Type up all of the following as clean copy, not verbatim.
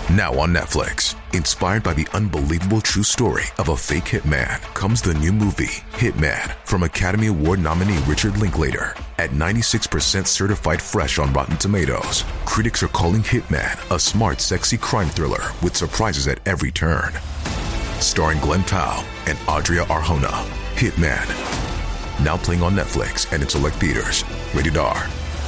Now on Netflix, inspired by the unbelievable true story of a fake hitman, comes the new movie, Hitman, from Academy Award nominee Richard Linklater. At 96% certified fresh on Rotten Tomatoes, critics are calling Hitman a smart, sexy crime thriller with surprises at every turn. Starring Glenn Powell and Adria Arjona, Hitman. Now playing on Netflix and in select theaters. Rated R.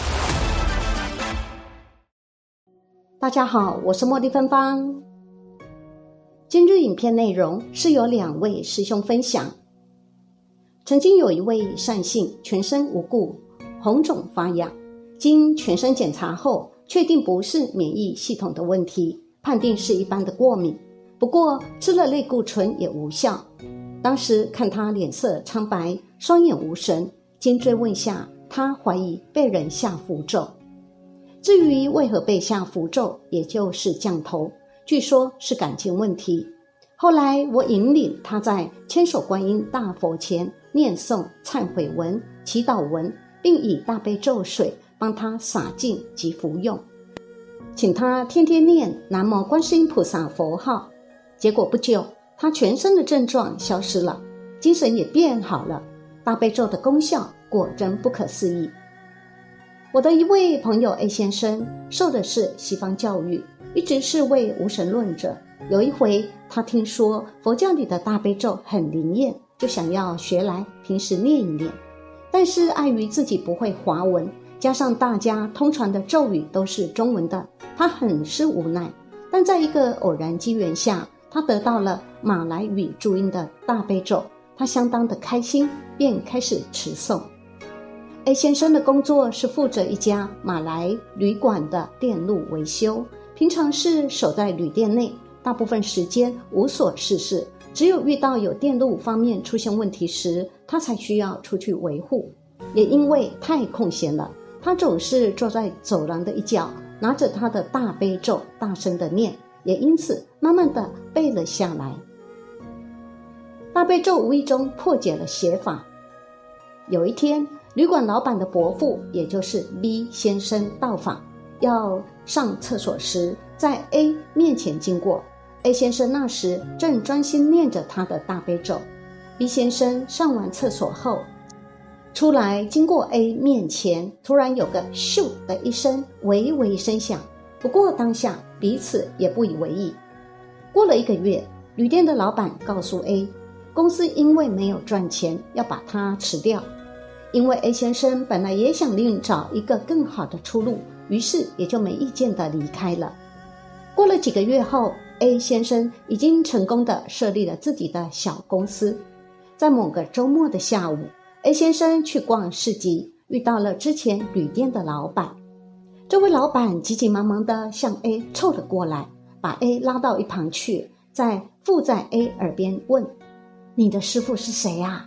大家好，我是茉莉芬芳。今日影片内容是由2位师兄分享。曾经有一位善信全身无故红肿发痒，经全身检查后确定不是免疫系统的问题，判定是一般的过敏，不过吃了类固醇也无效。当时看他脸色苍白，双眼无神，经追问下，他怀疑被人下符咒。至于为何被下符咒，也就是降头，据说是感情问题。后来我引领他在千手观音大佛前念诵忏悔文、祈祷文，并以大悲咒水帮他洒净及服用，请他天天念南无观世音菩萨佛号。结果不久，他全身的症状消失了，精神也变好了，大悲咒的功效果真不可思议。我的一位朋友 A 先生受的是西方教育，一直是位无神论者。有一回他听说佛教里的大悲咒很灵验，就想要学来平时念一念，但是碍于自己不会华文，加上大家通传的咒语都是中文的，他很是无奈。但在一个偶然机缘下，他得到了马来语注音的大悲咒，他相当的开心，便开始持诵。A 先生的工作是负责一家马来旅馆的电路维修，平常是守在旅店内，大部分时间无所事事，只有遇到有电路方面出现问题时，他才需要出去维护。也因为太空闲了，他总是坐在走廊的一角，拿着他的大悲咒大声的念，也因此慢慢的背了下来。大悲咒无意中破解了邪法。有一天，旅馆老板的伯父，也就是 B 先生到访，要上厕所时，在 A 面前经过。A 先生那时正专心念着他的大悲咒。B 先生上完厕所后出来，经过 A 面前，突然有个咻的一声微微声响，不过当下彼此也不以为意。过了1个月，旅店的老板告诉 A， 公司因为没有赚钱，要把它辞掉。因为 A 先生本来也想另找一个更好的出路，于是也就没意见地离开了。过了几个月后， A 先生已经成功地设立了自己的小公司。在某个周末的下午， A 先生去逛市集，遇到了之前旅店的老板。这位老板急急忙忙地向 A 凑了过来，把 A 拉到一旁去，再附在 A 耳边问：你的师父是谁啊？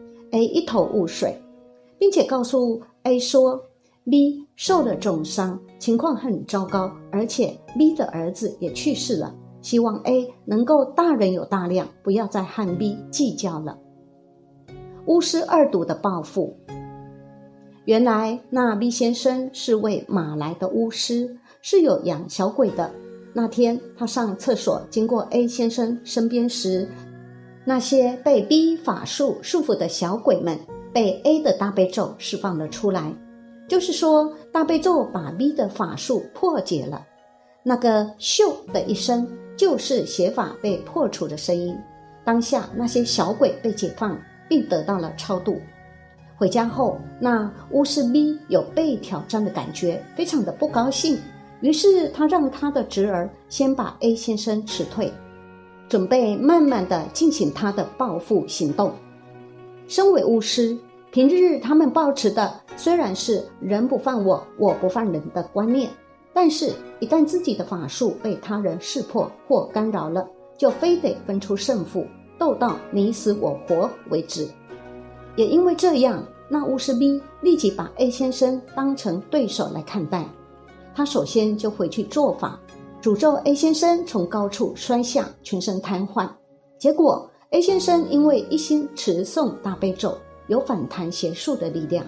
A 一头雾水，并且告诉 A 说 B 受了重伤，情况很糟糕，而且 B 的儿子也去世了，希望 A 能够大人有大量，不要再和 B 计较了。巫师2毒的报复。原来那 B 先生是位马来的巫师，是有养小鬼的。那天他上厕所经过 A 先生身边时，那些被 B 法术束缚的小鬼们被 A 的大悲咒释放了出来，就是说大悲咒把 B 的法术破解了。那个咻的一声，就是邪法被破除的声音。当下那些小鬼被解放，并得到了超度。回家后，那巫师 B 有被挑战的感觉，非常的不高兴，于是他让他的侄儿先把 A 先生辞退，准备慢慢的进行他的报复行动。身为巫师，平日他们抱持的虽然是人不犯我，我不犯人的观念，但是一旦自己的法术被他人识破或干扰了，就非得分出胜负，斗到你死我活为止。也因为这样，那巫师 B 立即把 A 先生当成对手来看待。他首先就回去做法，诅咒 A 先生从高处摔下，全身瘫痪。结果 A 先生因为一心持诵大悲咒，有反弹邪术的力量，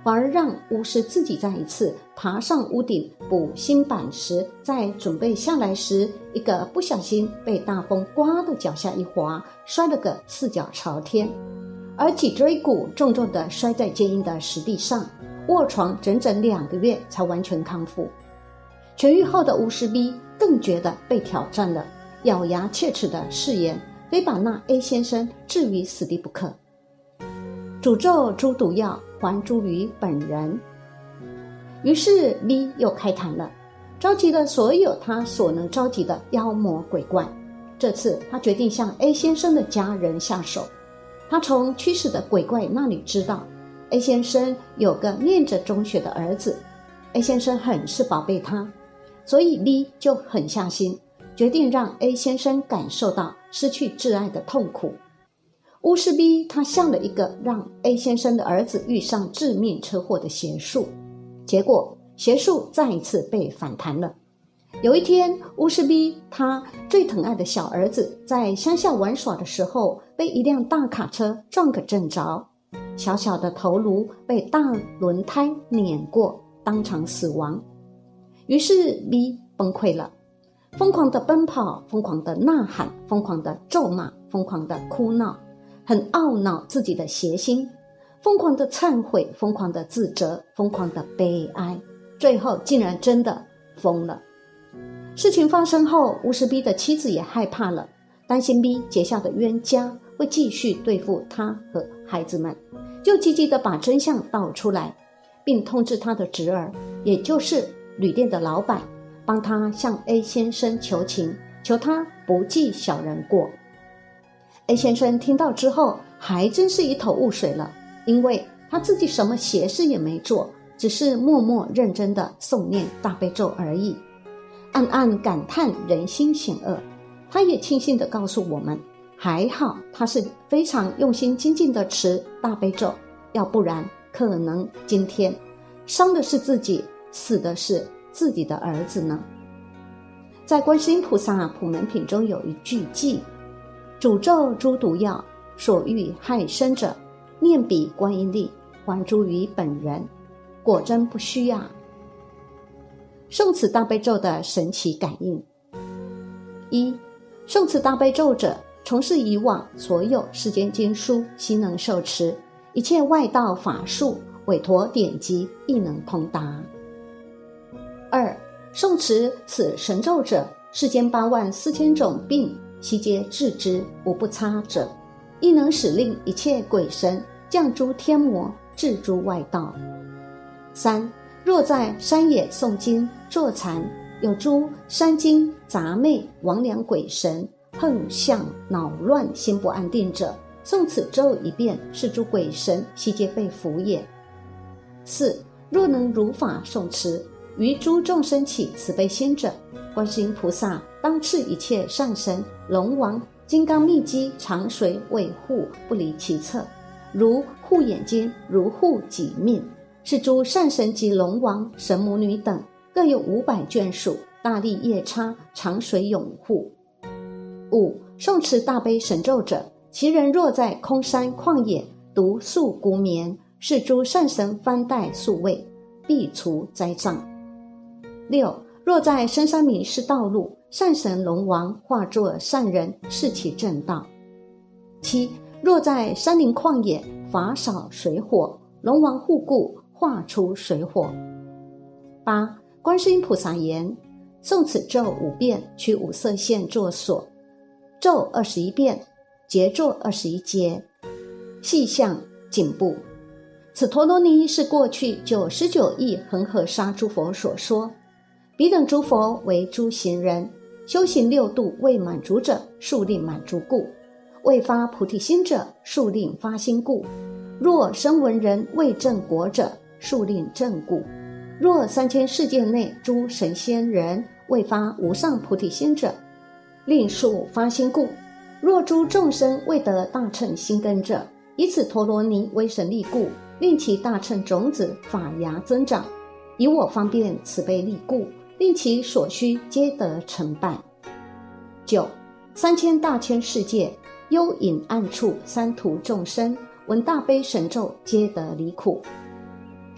反而让巫师自己再一次爬上屋顶补新板时，在准备下来时，一个不小心被大风刮的脚下一滑，摔了个四脚朝天，而脊椎骨重重地摔在坚硬的石地上，卧床整整2个月才完全康复。痊愈后的巫师 B 更觉得被挑战了，咬牙切齿地誓言非把那 A 先生置于死地不可，诅咒诸毒药还诸于本人。于是 B 又开坛了，召集了所有他所能召集的妖魔鬼怪。这次他决定向 A 先生的家人下手。他从驱使的鬼怪那里知道 A 先生有个念着中学的儿子， A 先生很是宝贝他，所以 B 就狠下心，决定让 A 先生感受到失去挚爱的痛苦。巫师 B 他下了一个让 A 先生的儿子遇上致命车祸的邪术，结果邪术再一次被反弹了。有一天，巫师 B 他最疼爱的小儿子在乡下玩耍的时候，被一辆大卡车撞个正着，小小的头颅被大轮胎碾过，当场死亡。于是 B 崩溃了，疯狂的奔跑，疯狂的呐喊，疯狂的咒骂，疯狂的哭闹，很懊恼自己的邪心，疯狂的忏悔，疯狂的自责，疯狂的悲哀，最后竟然真的疯了。事情发生后，巫师 B 的妻子也害怕了，担心 B 结下的冤家会继续对付他和孩子们，就积极地把真相道出来，并通知他的侄儿，也就是旅店的老板，帮他向 A 先生求情，求他不计小人过。A 先生听到之后还真是一头雾水了，因为他自己什么邪事也没做，只是默默认真地诵念大悲咒而已，暗暗感叹人心险恶。他也庆幸地告诉我们，还好他是非常用心精进地持大悲咒，要不然可能今天伤的是自己，死的是自己的儿子呢。在观世音菩萨普门品中有一句偈，诅咒诸毒药，所欲害身者，念彼观音力，还诸于本人。果真不虚啊。诵此大悲咒的神奇感应。一、诵此大悲咒者，从事以往所有世间经书，悉能受持，一切外道法术，委托典籍，亦能通达。二、诵持此神咒者，世间84000种病，悉皆治之，无不差者，亦能使令一切鬼神降诸天魔，治诸外道。三、若在山野诵经坐禅，有诸山精杂魅魍魉鬼神横向恼乱心不安定者，诵此咒一遍，是诸鬼神悉皆被伏也。四、若能如法诵持，于诸众生起慈悲心者，观世音菩萨当赐一切善神龙王金刚密机常随卫护，不离其侧，如护眼睛，如护己命，是诸善神及龙王神母女等各有500眷属，大力夜叉常随拥护。五、诵持大悲神咒者，其人若在空山旷野独宿孤眠，是诸善神翻带宿卫，必除灾障。六、若在深山迷失道路，善神龙王化作善人，示其正道。七、若在山林旷野伐扫水火，龙王护顾，化出水火。八、观世音菩萨言，诵此咒5遍，取5色线作锁，咒21遍，结作21结，细项颈部。此陀罗尼是过去99亿恒河沙诸佛所说，彼等诸佛为诸行人，修行6度未满足者，速令满足故；未发菩提心者，速令发心故；若声闻人未正果者，速令正故；若3000世界内诸神仙人未发无上菩提心者，令速发心故；若诸众生未得大乘心根者，以此陀罗尼为神力故，令其大乘种子发芽增长，以我方便慈悲力故，令其所需皆得成办。九、3000大千世界幽隐暗处三途众生闻大悲神咒，皆得离苦。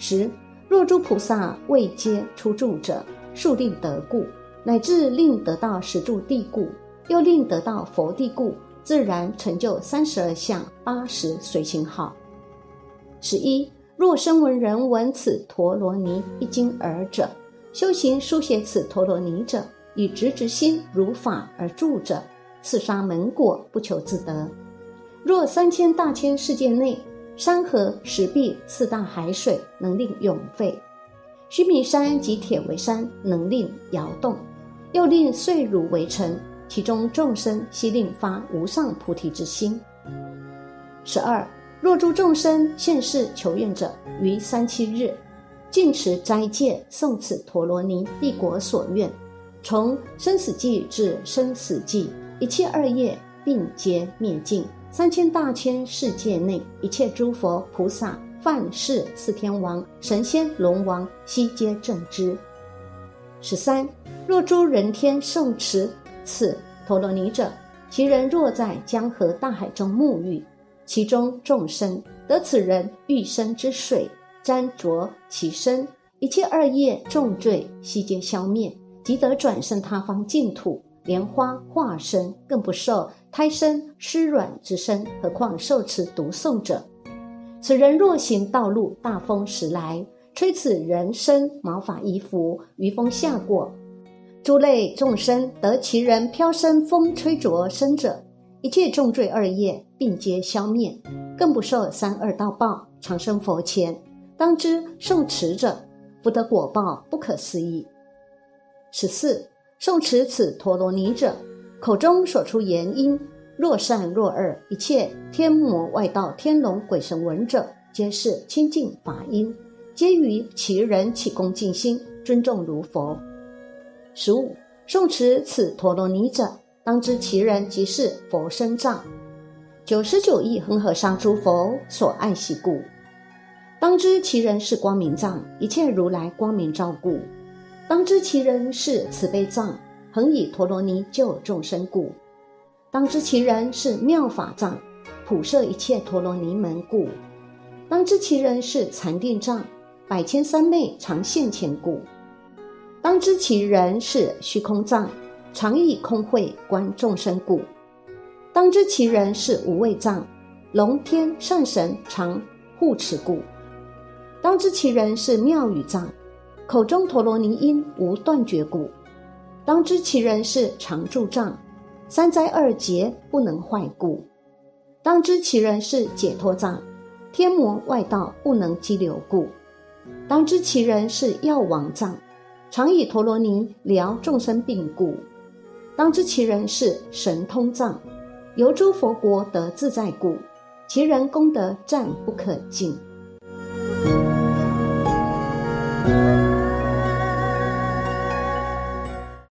10若诸菩萨未皆出住者，速令得故，乃至令得到实住地故，又令得到佛地故，自然成就32相80随行好。11若声闻人闻此陀罗尼一经尔者，修行书写此陀罗尼者，以直心如法而住者，次沙门果不求自得。若3000大千世界内，山河石壁4大海水能令永废，须弥山及铁围山能令摇动，又令碎汝为尘，其中众生悉令发无上菩提之心。12若诸众生现世求愿者，于37日尽持斋戒诵此陀罗尼必果所愿，从生死际至生死际，一切恶业并皆灭尽。3000大千世界内，一切诸佛菩萨梵世四天王神仙龙王悉皆证之。13若诸人天诵持此陀罗尼者，其人若在江河大海中沐浴，其中众生得此人浴身之水沾着其身，一切恶业重罪悉皆消灭，即得转生他方净土，莲花化身，更不受胎生湿软之身，何况受持读诵者。此人若行道路，大风时来，吹此人身毛发衣服，余风下过，诸类众生得其人飘身风吹着身者，一切重罪恶业并皆消灭，更不受32道报，常生佛前。当知诵持者福德果报不可思议。14诵持此陀罗尼者，口中所出言音，若善若恶，一切天魔外道天龙鬼神闻者，皆是清净法音，皆于其人起恭敬心，尊重如佛。15诵持此陀罗尼者，当知其人即是佛身藏，99亿恒河沙诸佛所爱惜故。当知其人是光明藏，一切如来光明照故。当知其人是慈悲藏，恒以陀罗尼救众生故。当知其人是妙法藏，普摄一切陀罗尼门故。当知其人是禅定藏，百千三昧常现前故。当知其人是虚空藏，常以空慧观众生故。当知其人是无畏藏，龙天善神常护持故。当知其人是妙语藏，口中陀罗尼音无断绝故。当知其人是常住藏，三灾二劫不能坏故。当知其人是解脱藏，天魔外道不能激流故。当知其人是药王藏，常以陀罗尼疗众生病故。当知其人是神通藏，由诸佛国得自在故。其人功德暂不可尽。